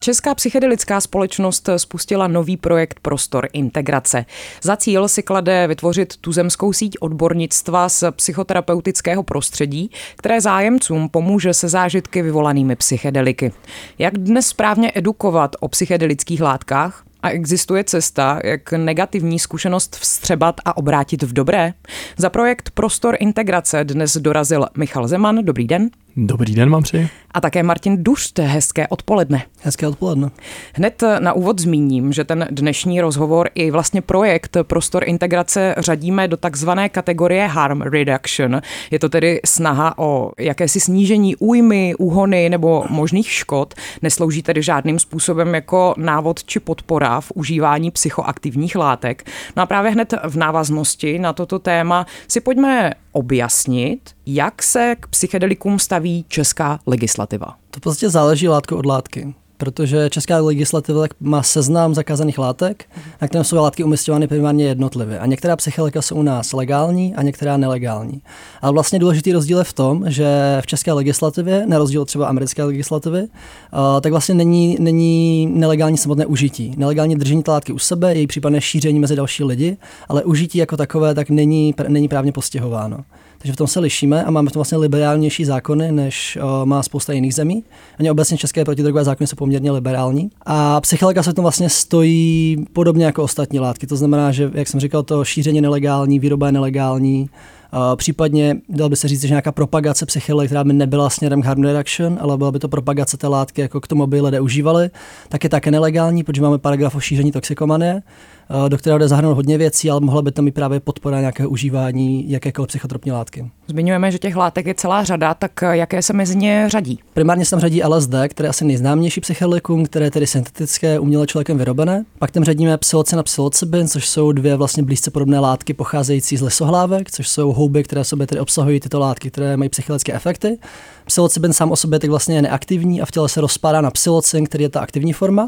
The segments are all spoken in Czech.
Česká psychedelická společnost spustila nový projekt Prostor integrace. Za cíl si klade vytvořit tuzemskou síť odbornictva z psychoterapeutického prostředí, které zájemcům pomůže se zážitky vyvolanými psychedeliky. Jak dnes správně edukovat o psychedelických látkách? A existuje cesta, jak negativní zkušenost vstřebat a obrátit v dobré? Za projekt Prostor integrace dnes dorazil Michal Zeman. Dobrý den. Dobrý den vám přeji. A také Martin Dušt. Hezké odpoledne. Hezké odpoledne. Hned na úvod zmíním, že ten dnešní rozhovor i vlastně projekt Prostor integrace řadíme do takzvané kategorie harm reduction. Je to tedy snaha o jakési snížení újmy, úhony nebo možných škod. Neslouží tedy žádným způsobem jako návod či podpora v užívání psychoaktivních látek. No a právě hned v návaznosti na toto téma si pojďme objasnit, jak se k psychedelikům staví česká legislativa. To prostě záleží látku od látky, protože česká legislativa má seznam zakázaných látek, na kterém jsou látky umisťovány primárně jednotlivě. A některá psychedelika jsou u nás legální a některá nelegální. Ale vlastně důležitý rozdíl je v tom, že v české legislativě, na rozdíl třeba americké legislativy, tak vlastně není nelegální samotné užití. Nelegální držení té látky u sebe, její případné šíření mezi další lidi, ale užití jako takové tak není právně postihováno. Takže v tom se lišíme a máme v tom vlastně liberálnější zákony, než má spousta jiných zemí. Ani obecně české protidrogové zákony jsou poměrně liberální. A psychedelika se v tom vlastně stojí podobně jako ostatní látky. To znamená, že, jak jsem říkal, to šíření je nelegální, výroba je nelegální. Případně dalo by se říct, že nějaká propagace psychedelik, která by nebyla směrem k harm reduction, ale byla by to propagace té látky, jako k tomu, aby lidé užívali, tak je také nelegální, protože máme paragraf o šíření toxikomanie, do kterého jde zahrnout hodně věcí, ale mohla by tam i právě podpora nějakého užívání jakékoliv psychotropní látky. Zmiňujeme, že těch látek je celá řada, tak jaké se mezi ně řadí? Primárně se tam řadí LSD, které je asi nejznámější psychedelikum, které je tedy syntetické, uměle člověkem vyrobené. Pak tam řadíme psilocin a psilocybin, což jsou dvě vlastně blízce podobné látky pocházející z lesohlávek, což jsou houby, které v sobě tedy obsahují tyto látky, které mají psychedelické efekty. Psilocybin sám o sobě tak vlastně je neaktivní a v těle se rozpadá na psilocin, který je ta aktivní forma.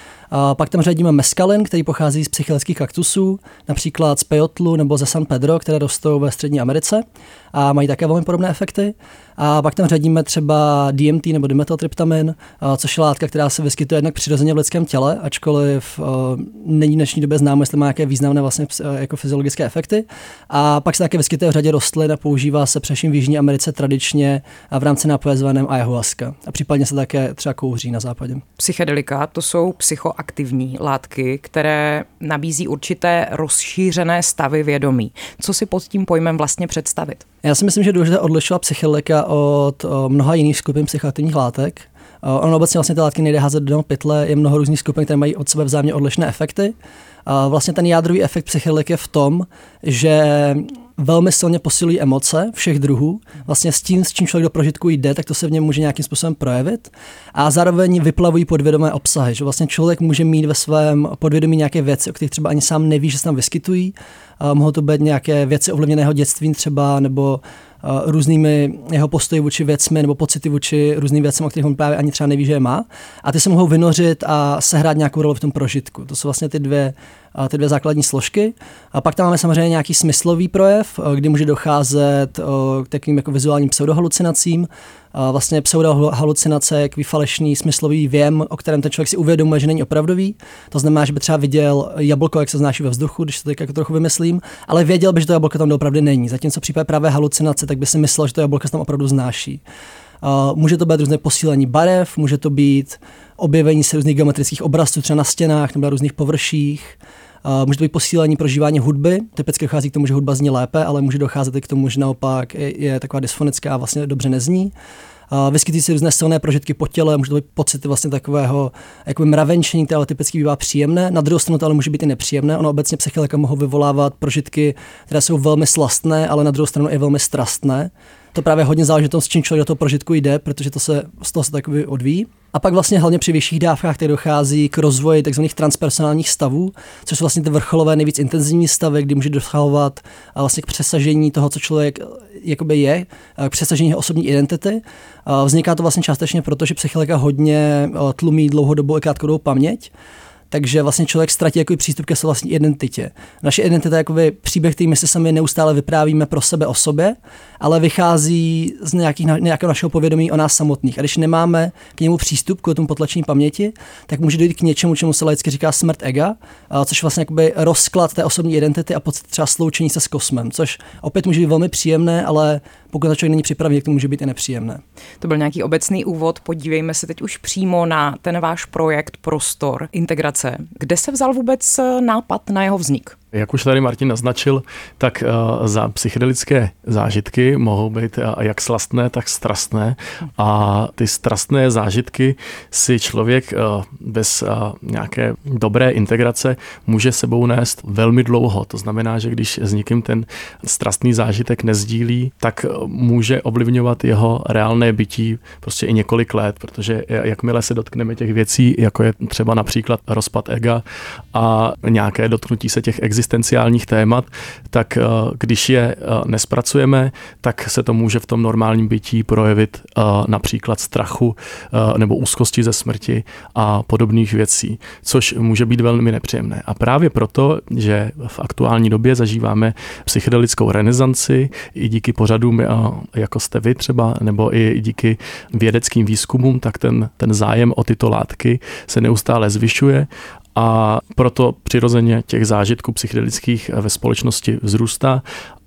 A pak tam řadíme meskalin, který pochází z psychedelických kaktusů, například z peyotlu nebo ze San Pedro, které rostou ve Střední Americe a mají také velmi podobné efekty. A pak tam řadíme třeba DMT nebo dimethyltryptamin, což je látka, která se vyskytuje jednak přirozeně v lidském těle, ačkoliv není v dnešní době známo, jestli má nějaké významné vlastně jako fyziologické efekty. A pak se také vyskytuje v řadě rostlin a používá se především v Jižní Americe tradičně a v rámci nápoje zvaném ayahuasca. A případně se také třeba kouří na západě. Psychedelika, to jsou psychoaktivní látky, které nabízí určité rozšířené stavy vědomí. Co si pod tím pojmem vlastně představit? Já si myslím, že je důležité odlišovat psychedelika od mnoha jiných skupin psychoaktivních látek. Ono obecně vlastně ty látky nejde házet do jednoho pytle, je mnoho různých skupin, které mají od sebe vzájemně odlišné efekty. Vlastně ten jádrový efekt psychedelik je v tom, že velmi silně posilují emoce všech druhů. Vlastně s tím, s čím člověk do prožitku jde, tak to se v něm může nějakým způsobem projevit. A zároveň vyplavují podvědomé obsahy, že vlastně člověk může mít ve svém podvědomí nějaké věci, o kterých třeba ani sám neví, že se tam vyskytují. Mohou to být nějaké věci ovlivněného dětstvím třeba, nebo různými jeho postoji vůči věcmi nebo pocity vůči různým věcem, o kterých on právě ani třeba neví, že je má. A ty se mohou vynořit a sehrát nějakou roli v tom prožitku. To jsou vlastně ty dvě základní složky. A pak tam máme samozřejmě nějaký smyslový projev, kdy může docházet k takovým jako vizuálním pseudohalucinacím. Vlastně pseudohalucinace je takový falešný smyslový věm, o kterém ten člověk si uvědomuje, že není opravdový. To znamená, že by třeba viděl jablko, jak se znáší ve vzduchu, když to teď jako trochu vymyslím, ale věděl by, že to jablko tam doopravdy není. Zatímco v případě právě halucinace, tak by si myslel, že to jablko se tam opravdu znáší. Může to být různé posílení barev, může to být objevení se různých geometrických obrazů třeba na stěnách nebo na různých površích. Může to být posílení prožívání hudby. Typicky dochází k tomu, že hudba zní lépe, ale může docházet i k tomu, že naopak je taková dysfonická a vlastně dobře nezní. Vyskytují se různé silné prožitky po těle, může to být pocity vlastně takového jakoby mravenčení, které typicky bývá příjemné. Na druhou stranu to ale může být i nepříjemné. Ono obecně psychedelika mohou vyvolávat prožitky, které jsou velmi slastné, ale na druhou stranu i velmi strastné. To právě hodně záleží na tom, s čím člověk do toho prožitku jde, protože z toho se takový odvíjí. A pak vlastně hlavně při vyšších dávkách tak dochází k rozvoji tzv. Transpersonálních stavů, což jsou vlastně ty vrcholové nejvíc intenzivní stavy, kdy může docházet vlastně k přesažení toho, co člověk jakoby je, k přesažení jeho osobní identity. Vzniká to vlastně částečně proto, že psychedelika hodně tlumí dlouhodobou i krátkodobou paměť. takže vlastně člověk ztratí jako přístup ke své vlastní identitě. Naše identita je jako příběh, který my si sami neustále vyprávíme pro sebe o sobě, ale vychází z nějakého našeho povědomí o nás samotných. A když nemáme k němu přístup, k tomu potlačení paměti, tak může dojít k něčemu, čemu se laicky říká smrt ega, což vlastně jakoby rozklad té osobní identity a pocit třeba sloučení se s kosmem, což opět může být velmi příjemné, ale pokud na člověk není připravený, tak to může být i nepříjemné. To byl nějaký obecný úvod, podívejme se teď už přímo na ten váš projekt Prostor integrace. Kde se vzal vůbec nápad na jeho vznik? Jak už tady Martin naznačil, tak za psychedelické zážitky mohou být jak slastné, tak strastné. A ty strastné zážitky si člověk bez nějaké dobré integrace může sebou nést velmi dlouho. To znamená, že když s někým ten strastný zážitek nezdílí, tak může ovlivňovat jeho reálné bytí prostě i několik let, protože jakmile se dotkneme těch věcí, jako je třeba například rozpad ega a nějaké dotknutí se těch existenciálních témat, tak když je nespracujeme, tak se to může v tom normálním bytí projevit například strachu nebo úzkosti ze smrti a podobných věcí, což může být velmi nepříjemné. A právě proto, že v aktuální době zažíváme psychedelickou renesanci i díky pořadům, jako jste vy třeba, nebo i díky vědeckým výzkumům, tak ten zájem o tyto látky se neustále zvyšuje. A proto přirozeně těch zážitků psychedelických ve společnosti vzrůstá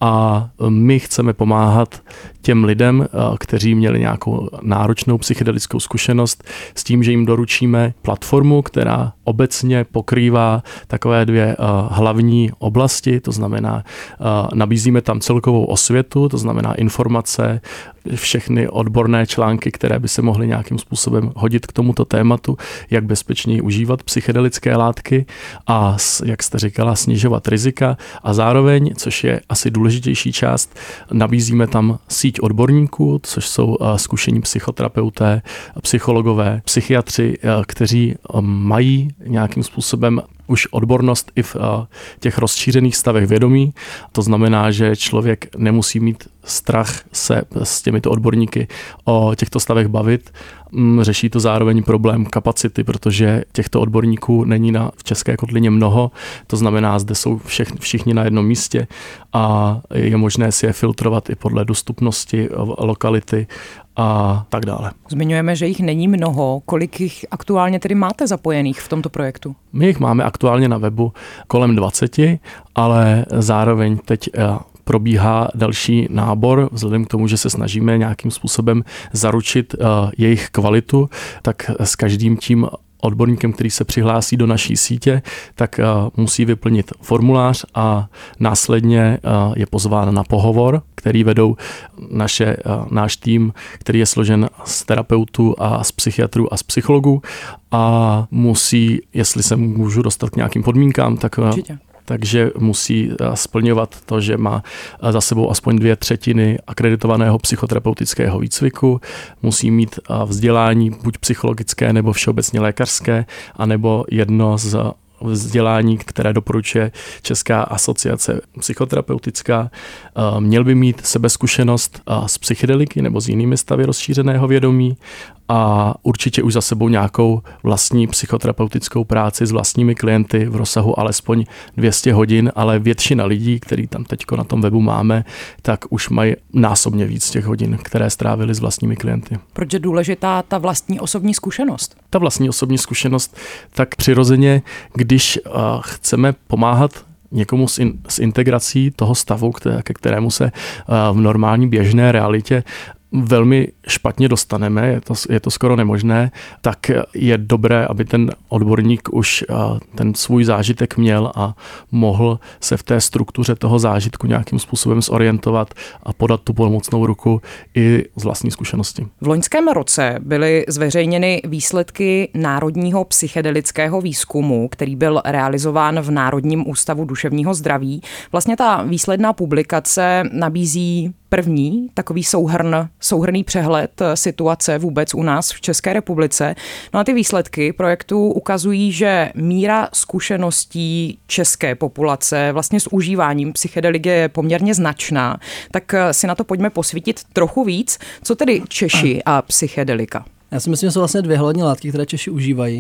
a my chceme pomáhat těm lidem, kteří měli nějakou náročnou psychedelickou zkušenost s tím, že jim doručíme platformu, která obecně pokrývá takové dvě hlavní oblasti, to znamená nabízíme tam celkovou osvětu, to znamená informace, všechny odborné články, které by se mohly nějakým způsobem hodit k tomuto tématu, jak bezpečněji užívat psychedelické látky a, jak jste říkala, snižovat rizika a zároveň, což je asi důležitější část, nabízíme tam síť odborníků, což jsou zkušení psychoterapeuté, psychologové, psychiatři, kteří mají nějakým způsobem už odbornost i v těch rozšířených stavech vědomí. To znamená, že člověk nemusí mít strach se s těmito odborníky o těchto stavech bavit. Řeší to zároveň problém kapacity, protože těchto odborníků není v České kotlině mnoho. To znamená, zde jsou všichni na jednom místě a je možné si je filtrovat i podle dostupnosti lokality a tak dále. Zmiňujeme, že jich není mnoho. Kolik jich aktuálně tedy máte zapojených v tomto projektu? My jich máme aktuálně na webu kolem 20, ale zároveň teď probíhá další nábor, vzhledem k tomu, že se snažíme nějakým způsobem zaručit jejich kvalitu, tak s každým tím odborníkem, který se přihlásí do naší sítě, tak musí vyplnit formulář a následně je pozván na pohovor, který vedou náš tým, který je složen z terapeutů a z psychiatrů a z psychologů a musí, jestli se můžu dostat k nějakým podmínkám, tak určitě. Takže musí splňovat to, že má za sebou aspoň 2/3 akreditovaného psychoterapeutického výcviku, musí mít vzdělání buď psychologické nebo všeobecně lékařské, anebo jedno z vzdělání, které doporučuje Česká asociace psychoterapeutická. Měl by mít sebezkušenost s psychedeliky nebo s jinými stavy rozšířeného vědomí a určitě už za sebou nějakou vlastní psychoterapeutickou práci s vlastními klienty v rozsahu alespoň 200 hodin, ale většina lidí, který tam teďko na tom webu máme, tak už mají násobně víc těch hodin, které strávili s vlastními klienty. Proč je důležitá ta vlastní osobní zkušenost? Ta vlastní osobní zkušenost, tak přirozeně, když chceme pomáhat někomu s integrací toho stavu, ke kterému se v normální běžné realitě velmi špatně dostaneme, je to skoro nemožné, tak je dobré, aby ten odborník už ten svůj zážitek měl a mohl se v té struktuře toho zážitku nějakým způsobem zorientovat a podat tu pomocnou ruku i z vlastní zkušenosti. V loňském roce byly zveřejněny výsledky Národního psychedelického výzkumu, který byl realizován v Národním ústavu duševního zdraví. Vlastně ta výsledná publikace nabízí první takový souhrnný přehled situace vůbec u nás v České republice. No a ty výsledky projektu ukazují, že míra zkušeností české populace vlastně s užíváním psychedelik je poměrně značná. Tak si na to pojďme posvítit trochu víc. Co tedy Češi a psychedelika? Já si myslím, že jsou vlastně dvě hlavní látky, které Češi užívají.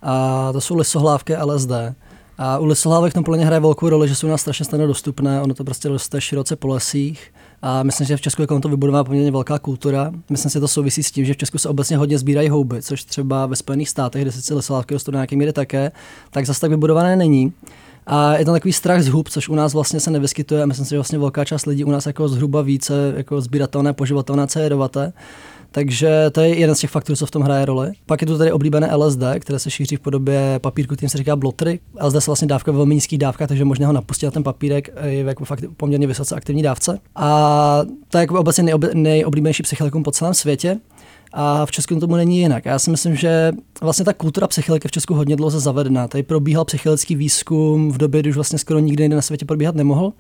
A to jsou lisohlávky LSD. A u lisohlávek v tom podle mě hraje velkou roli, že jsou u nás strašně snadno dostupné, ono to prostě roste široce po lesích. A myslím, že v Česku je kolem to vybudovaná poměrně velká kultura. Myslím si, že to souvisí s tím, že v Česku se obecně hodně sbírají houby, což třeba ve Spojených státech, kde sice lisohlávky rostou do nějaké míry také, tak zase tak vybudované není. A je tam takový strach z hub, což u nás vlastně se nevyskytuje. Myslím si, že vlastně velká část lidí u nás jako zhruba více jako sbíratelné, poživatelné, co je jedovaté. Takže to je jeden z těch faktorů, co v tom hraje roli. Pak je tu tady oblíbené LSD, které se šíří v podobě papírku, tím se říká blotry. LSD se vlastně dávka ve velmi nízkých dávkách, takže možná ho napustit na ten papírek je jako fakt poměrně vysoce aktivní dávce. A to je jako obecně nejoblíbenější psychedelikum po celém světě. A v Česku tomu není jinak. Já si myslím, že vlastně ta kultura psychedelika v Česku hodně dlouho zavedená. Tady probíhal psychedelický výzkum v době, kdy už vlastně skoro nikdy jinde na světě probíhat nemohl.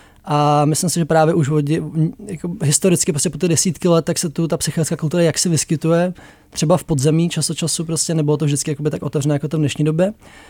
A myslím si, že právě už jako historicky prostě po ty desítky let, tak se tu ta psychedelická kultura jaksi vyskytuje, třeba v podzemí čas od času prostě, nebylo to vždycky tak otevřené jako to v dnešní době.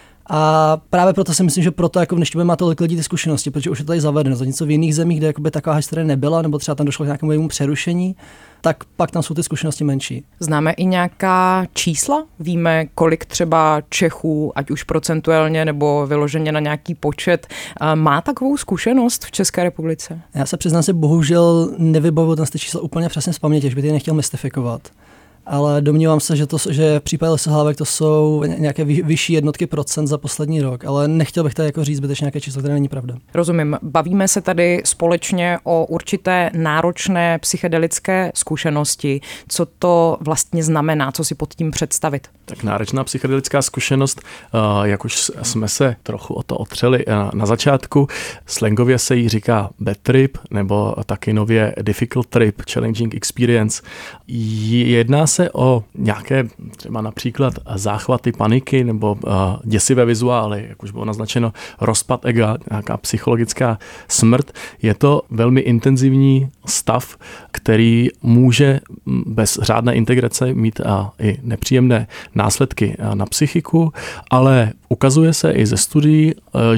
A právě proto si myslím, že proto jako v dnešní době má tolik lidí ty zkušenosti, protože už je tady zavedeno. Zatímco v jiných zemích, kde taková historie nebyla, nebo třeba tam došlo k nějakému přerušení, tak pak tam jsou ty zkušenosti menší. Známe i nějaká čísla? Víme, kolik třeba Čechů, ať už procentuálně nebo vyloženě na nějaký počet, má takovou zkušenost v České republice? Já se přiznám, že bohužel nevybavuji ty čísla úplně přesně z paměti, že bych je nechtěl mystifikovat. Ale domnívám se, že v případě lisohlávek to jsou nějaké vyšší jednotky procent za poslední rok, ale nechtěl bych tady jako říct zbytečně nějaké číslo, které není pravda. Rozumím. Bavíme se tady společně o určité náročné psychedelické zkušenosti. Co to vlastně znamená, co si pod tím představit? Tak náročná psychedelická zkušenost, jak už jsme se trochu o to otřeli na začátku, slangově se jí říká bad trip, nebo taky nově difficult trip, challenging experience. Jedná se o nějaké třeba například záchvaty paniky nebo děsivé vizuály, jak už bylo naznačeno, rozpad ega, nějaká psychologická smrt. Je to velmi intenzivní stav, který může bez řádné integrace mít i nepříjemné následky na psychiku, ale ukazuje se i ze studií,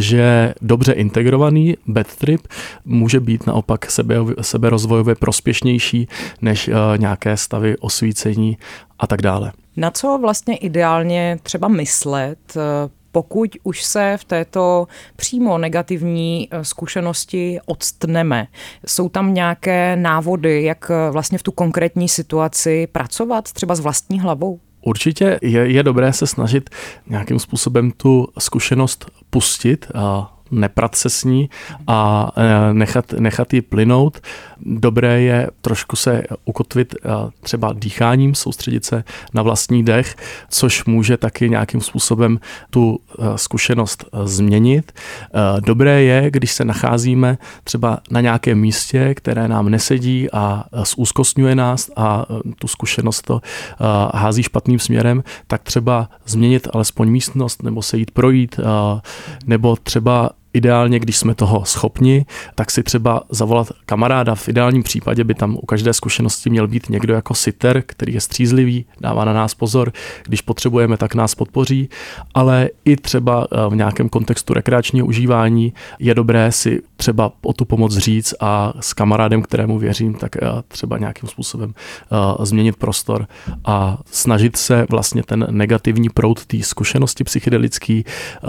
že dobře integrovaný bad trip může být naopak seberozvojově prospěšnější než nějaké stavy osvícení a tak dále. Na co vlastně ideálně třeba myslet, pokud už se v této přímo negativní zkušenosti odstneme? Jsou tam nějaké návody, jak vlastně v tu konkrétní situaci pracovat, třeba s vlastní hlavou? Určitě je dobré se snažit nějakým způsobem tu zkušenost pustit a neprat se s ní a nechat ji plynout. Dobré je trošku se ukotvit třeba dýcháním, soustředit se na vlastní dech, což může taky nějakým způsobem tu zkušenost změnit. Dobré je, když se nacházíme třeba na nějakém místě, které nám nesedí a zúzkostňuje nás a tu zkušenost to hází špatným směrem, tak třeba změnit alespoň místnost nebo se jít projít, nebo třeba ideálně, když jsme toho schopni, tak si třeba zavolat kamaráda. V ideálním případě by tam u každé zkušenosti měl být někdo jako sitter, který je střízlivý, dává na nás pozor, když potřebujeme, tak nás podpoří, ale i třeba v nějakém kontextu rekreačního užívání je dobré si třeba o tu pomoc říct a s kamarádem, kterému věřím, tak třeba nějakým způsobem změnit prostor a snažit se vlastně ten negativní proud té zkušenosti psychedelický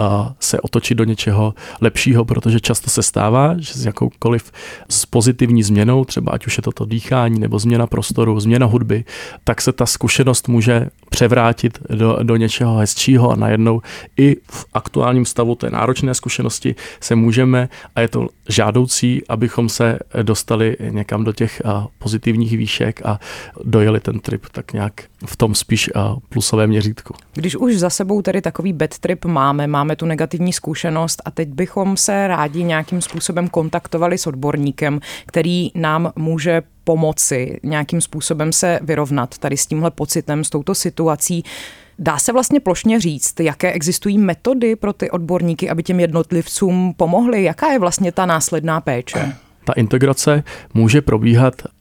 se otočit do něčeho lepšího, protože často se stává, že s jakoukoliv s pozitivní změnou, třeba ať už je to dýchání nebo změna prostoru, změna hudby, tak se ta zkušenost může převrátit do něčeho hezčího a najednou i v aktuálním stavu té náročné zkušenosti se můžeme, a je to žádoucí, abychom se dostali někam do těch pozitivních výšek a dojeli ten trip tak nějak v tom spíš plusovém měřítku. Když už za sebou tedy takový bad trip máme tu negativní zkušenost a teď bychom se rádi nějakým způsobem kontaktovali s odborníkem, který nám může pomoci nějakým způsobem se vyrovnat tady s tímhle pocitem, s touto situací. Dá se vlastně plošně říct, jaké existují metody pro ty odborníky, aby těm jednotlivcům pomohli? Jaká je vlastně ta následná péče? Ta integrace může probíhat i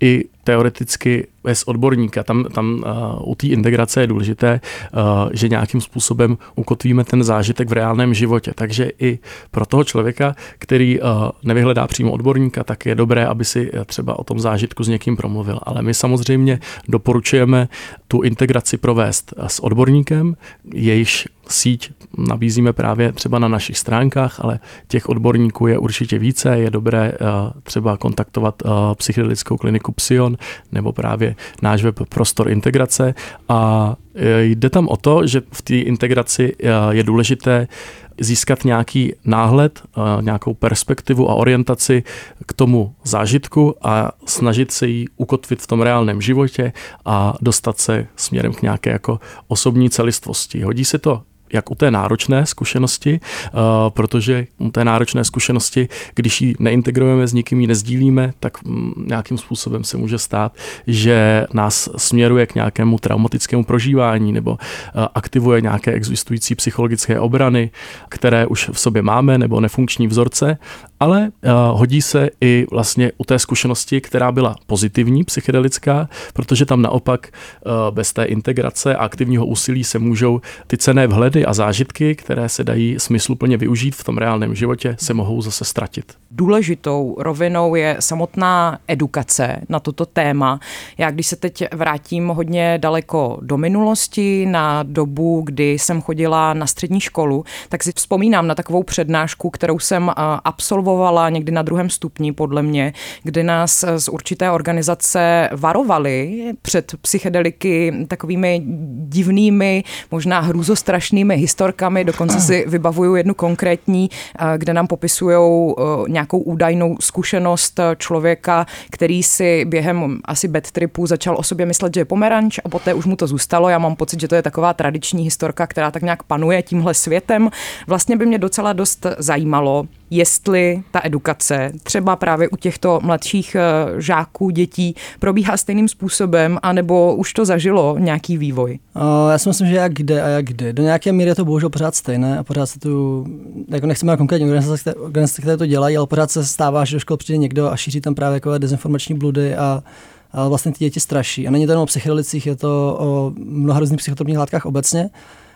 teoreticky bez odborníka. Tam u té integrace je důležité, že nějakým způsobem ukotvíme ten zážitek v reálném životě. Takže i pro toho člověka, který nevyhledá přímo odborníka, tak je dobré, aby si třeba o tom zážitku s někým promluvil. Ale my samozřejmě doporučujeme tu integraci provést s odborníkem, jejichž síť nabízíme právě třeba na našich stránkách, ale těch odborníků je určitě více. Je dobré třeba kontaktovat psychedelickou kliniku Psion nebo právě náš web Prostor integrace. A jde tam o to, že v té integraci je důležité získat nějaký náhled, nějakou perspektivu a orientaci k tomu zážitku a snažit se ji ukotvit v tom reálném životě a dostat se směrem k nějaké jako osobní celistvosti. Hodí se to jak u té náročné zkušenosti, protože u té náročné zkušenosti, když ji neintegrujeme, s nikým ji nezdílíme, tak nějakým způsobem se může stát, že nás směruje k nějakému traumatickému prožívání nebo aktivuje nějaké existující psychologické obrany, které už v sobě máme, nebo nefunkční vzorce, ale hodí se i vlastně u té zkušenosti, která byla pozitivní, psychedelická, protože tam naopak bez té integrace a aktivního úsilí se můžou ty cenné vhledy a zážitky, které se dají smysluplně využít v tom reálném životě, se mohou zase ztratit. Důležitou rovinou je samotná edukace na toto téma. Já když se teď vrátím hodně daleko do minulosti, na dobu, kdy jsem chodila na střední školu, tak si vzpomínám na takovou přednášku, kterou jsem absolvovala někdy na 2. stupni, podle mě, kdy nás z určité organizace varovali před psychedeliky takovými divnými, možná hrůzostrašnými historkami. Dokonce si vybavuju jednu konkrétní, kde nám popisují nějakou údajnou zkušenost člověka, který si během asi bad tripu začal o sobě myslet, že je pomeranč a poté už mu to zůstalo. Já mám pocit, že to je taková tradiční historka, která tak nějak panuje tímhle světem. Vlastně by mě docela dost zajímalo, jestli ta edukace třeba právě u těchto mladších žáků, dětí probíhá stejným způsobem, anebo už to zažilo nějaký vývoj? Já si myslím, že jak kde a jak kdy. Do nějaké míry je to bohužel pořád stejné a pořád se tu, jako nechceme na konkrétní organizace, které to dělají, ale pořád se stává, že do školy přijde někdo a šíří tam právě takové dezinformační bludy a vlastně ty děti straší. A není to jenom o psychedelicích, je to o mnoha různých psychotropních látkách obecně.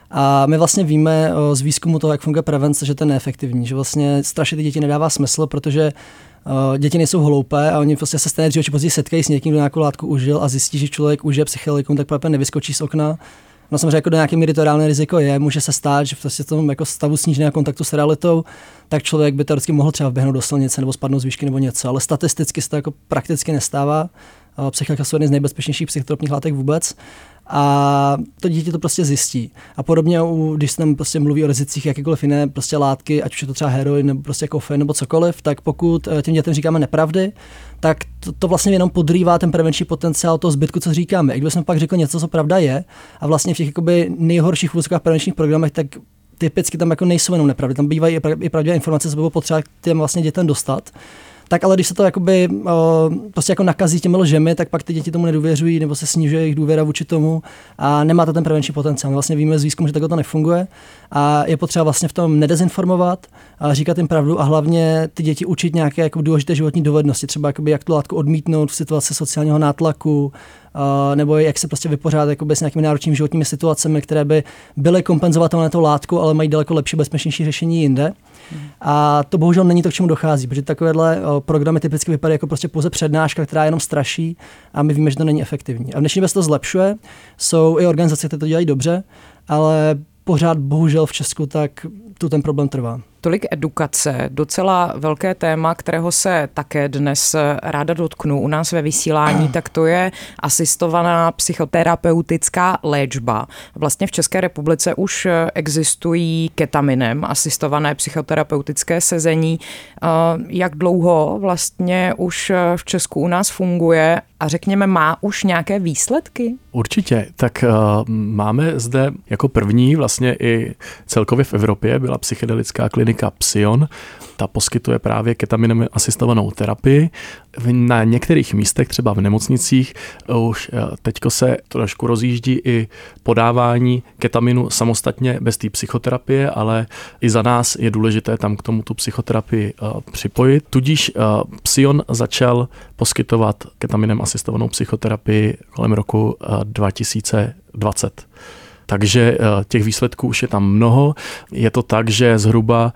A my vlastně víme z výzkumu toho, jak funguje prevence, že to je neefektivní, že vlastně strašit ty děti nedává smysl, protože děti nejsou hloupé a oni prostě se stejně dříve či později setkají s někým, kdo nějakou látku užil a zjistí, že člověk užije psychedelikum, tak právě nevyskočí z okna. No samozřejmě jako do nějaké míry to reálné riziko je, může se stát, že v tom jako stavu sníženého kontaktu s realitou, tak člověk by teoreticky mohl třeba vběhnout do silnice nebo spadnout z výšky nebo něco, ale statisticky se to jako prakticky nestává. Psychedelika jsou jedny z nejbezpečnějších psychotropních látek vůbec. A to dítě to prostě zjistí. A podobně, když se tam prostě mluví o rizicích jakýkoliv jiné prostě látky, ať už je to třeba heroin nebo prostě kofein nebo cokoliv, tak pokud těm dětem říkáme nepravdy, tak to vlastně jenom podrývá ten prevenční potenciál toho zbytku, co říkáme. I kdybychom pak řekl něco, co pravda je, a vlastně v těch jakoby nejhorších prevenčních programech, tak typicky tam jako nejsou jenom nepravdy, tam bývají i pravdivé informace, co by bylo potřeba těm vlastně dětem dostat. Tak ale když se to jakoby, prostě jako nakazí těmi lžemi, tak pak ty děti tomu nedůvěřují nebo se snižuje jejich důvěra vůči tomu a nemá to ten prevenční potenciál. My vlastně víme z výzkumu, že takhle to nefunguje a je potřeba vlastně v tom nedezinformovat, a říkat jim pravdu a hlavně ty děti učit nějaké jako důležité životní dovednosti, třeba jakoby, jak tu látku odmítnout v situaci sociálního nátlaku, nebo jak se prostě vypořádat jakoby, s nějakými náročnými životními situacemi, které by byly kompenzovatelné tou látkou, ale mají daleko lepší, bezpečnější řešení jinde. A to bohužel není to, k čemu dochází, protože takovéhle programy typicky vypadají jako prostě pouze přednáška, která jenom straší a my víme, že to není efektivní. A v dnešní době se to zlepšuje, jsou i organizace, které to dělají dobře, ale pořád bohužel v Česku tak tu ten problém trvá. Tolik edukace, docela velké téma, kterého se také dnes ráda dotknu u nás ve vysílání, tak to je asistovaná psychoterapeutická léčba. Vlastně v České republice už existují ketaminem asistované psychoterapeutické sezení. Jak dlouho vlastně už v Česku u nás funguje a řekněme, má už nějaké výsledky? Určitě. Tak máme zde jako první vlastně i celkově v Evropě byla psychedelická klinika klinika Psion. Ta poskytuje právě ketaminem asistovanou terapii. Na některých místech, třeba v nemocnicích, už teďko se trošku rozjíždí i podávání ketaminu samostatně bez té psychoterapie, ale i za nás je důležité tam k tomu tu psychoterapii připojit. Tudíž Psion začal poskytovat ketaminem asistovanou psychoterapii kolem roku 2020. Takže těch výsledků už je tam mnoho. Je to tak, že zhruba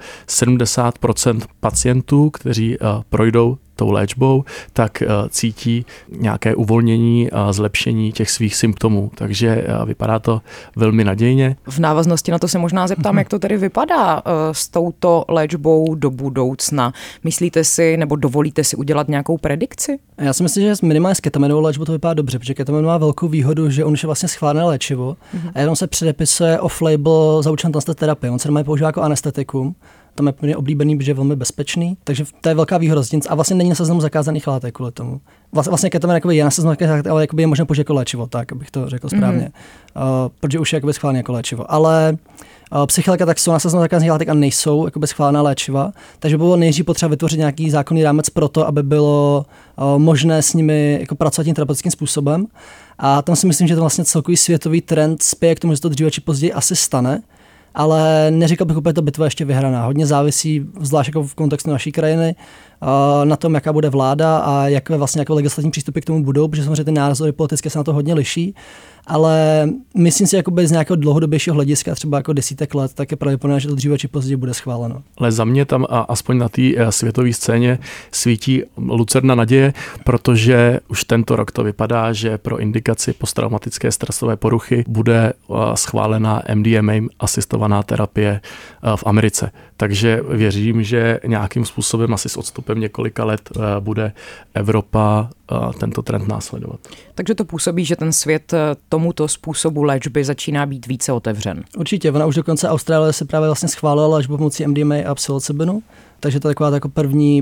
70% pacientů, kteří projdou tou léčbou, tak cítí nějaké uvolnění a zlepšení těch svých symptomů. Takže vypadá to velmi nadějně. V návaznosti na to se možná zeptám, jak to tedy vypadá s touto léčbou do budoucna. Myslíte si, nebo dovolíte si udělat nějakou predikci? Já si myslím, že minimálně s ketaminovou léčbou to vypadá dobře, protože ketamin má velkou výhodu, že on už je vlastně schválené léčivo a jenom se předepisuje off-label za účelem terapie. On se normálně používá jako anestetikum. Tam je plně oblíbený, protože je velmi bezpečný, takže to je velká výhoda. A vlastně není na seznamu zakázaných látek kvůli tomu. Vlastně ketamin je na seznamu zakázaných látek, ale je možné použít jako léčivo, tak abych to řekl správně. Protože už je schválené jako léčivo. Ale psychedelika tak jsou na seznamu zakázaných látek a nejsou schválená léčiva, takže bylo nejdřív potřeba vytvořit nějaký zákonný rámec pro to, aby bylo možné s nimi pracovat tím terapeutickým způsobem. A tam si myslím, že to vlastně celkový světový trend spěje k tomu, že to dříve či později asi stane. Ale neříkal bych úplně, to bitva ještě vyhraná. Hodně závisí, zvlášť jako v kontextu naší krajiny, na tom, jaká bude vláda a jaké vlastně jako legislativní přístupy k tomu budou, protože samozřejmě ty názory politické se na to hodně liší. Ale myslím si, z nějakého dlouhodobějšího hlediska, třeba jako desítek let, tak je pravděpodobné, že to dříve či později bude schváleno. Ale za mě tam aspoň na té světové scéně svítí lucerna naděje, protože už tento rok to vypadá, že pro indikaci posttraumatické stresové poruchy bude schválena MDMA asistovaná terapie v Americe. Takže věřím, že nějakým způsobem asi s odstupem několika let bude Evropa tento trend následovat. Takže to působí, že ten svět tomuto způsobu léčby začíná být více otevřen. Určitě, ona už dokonce Austrálie se právě vlastně schválila léčbu pomocí MDMA a psilocybinu. Takže to je taková jako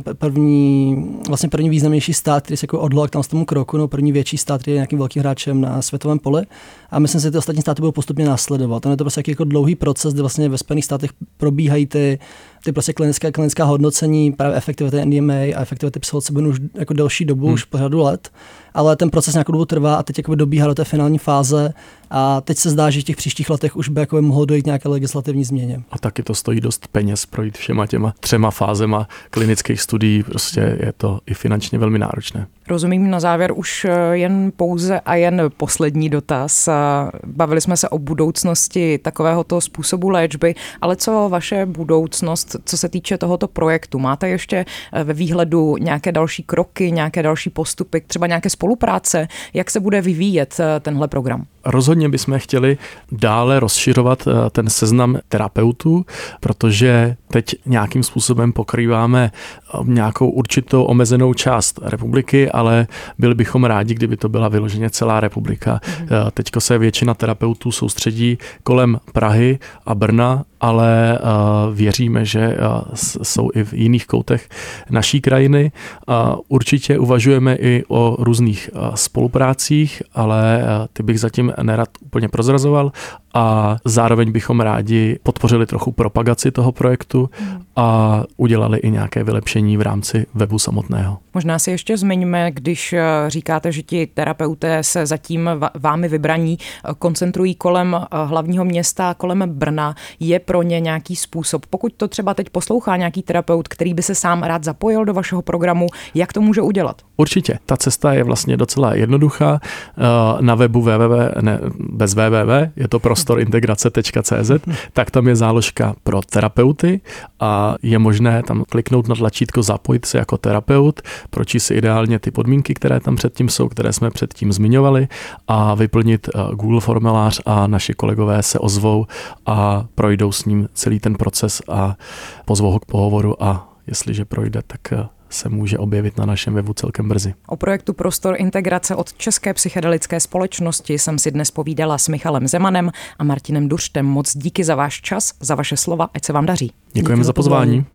první významnější stát, který se odhodlal k tomu kroku, no první větší stát, který je nějakým velkým hráčem na světovém poli. A myslím si, že ty ostatní státy budou postupně následovat. Je to prostě jako dlouhý proces, kde vlastně ve Spojených státech probíhají ty prostě klinická hodnocení právě efektivity NDMA a efektivity psilocybinu už jako delší dobu, už po řadu let. Ale ten proces nějakou dobu trvá a teď dobíhá do té finální fáze a teď se zdá, že v těch příštích letech už by mohlo dojít nějaké legislativní změně. A taky to stojí dost peněz projít všema těma 3 fázema klinických studií, prostě je to i finančně velmi náročné. Rozumím, na závěr už jen pouze a jen poslední dotaz. Bavili jsme se o budoucnosti takovéhoto způsobu léčby, ale co vaše budoucnost, co se týče tohoto projektu? Máte ještě ve výhledu nějaké další kroky, nějaké další postupy, třeba nějaké spolupráce? Jak se bude vyvíjet tenhle program? Rozhodně bychom chtěli dále rozšiřovat ten seznam terapeutů, protože teď nějakým způsobem pokrýváme nějakou určitou omezenou část republiky, ale byli bychom rádi, kdyby to byla vyloženě celá republika. Teďko se většina terapeutů soustředí kolem Prahy a Brna, ale věříme, že jsou i v jiných koutech naší krajiny. Určitě uvažujeme i o různých spoluprácích, ale ty bych zatím nerad úplně prozrazoval a zároveň bychom rádi podpořili trochu propagaci toho projektu a udělali i nějaké vylepšení v rámci webu samotného. Možná si ještě zmiňme, když říkáte, že ti terapeuté se zatím vámi vybraní koncentrují kolem hlavního města, kolem Brna. Je pro ně nějaký způsob? Pokud to třeba teď poslouchá nějaký terapeut, který by se sám rád zapojil do vašeho programu, jak to může udělat? Určitě. Ta cesta je vlastně docela jednoduchá. Na webu bez www, je to prostorintegrace.cz, tak tam je záložka pro terapeuty a je možné tam kliknout na tlačítko zapojit se jako terapeut, pročíst si ideálně ty podmínky, které tam předtím jsou, které jsme předtím zmiňovali a vyplnit Google formulář a naši kolegové se ozvou a projdou s ním celý ten proces a pozvou ho k pohovoru a jestliže projde, tak se může objevit na našem webu celkem brzy. O projektu Prostor integrace od České psychedelické společnosti jsem si dnes povídala s Michalem Zemanem a Martinem Duštem. Moc díky za váš čas, za vaše slova, ať se vám daří. Děkujeme za pozvání.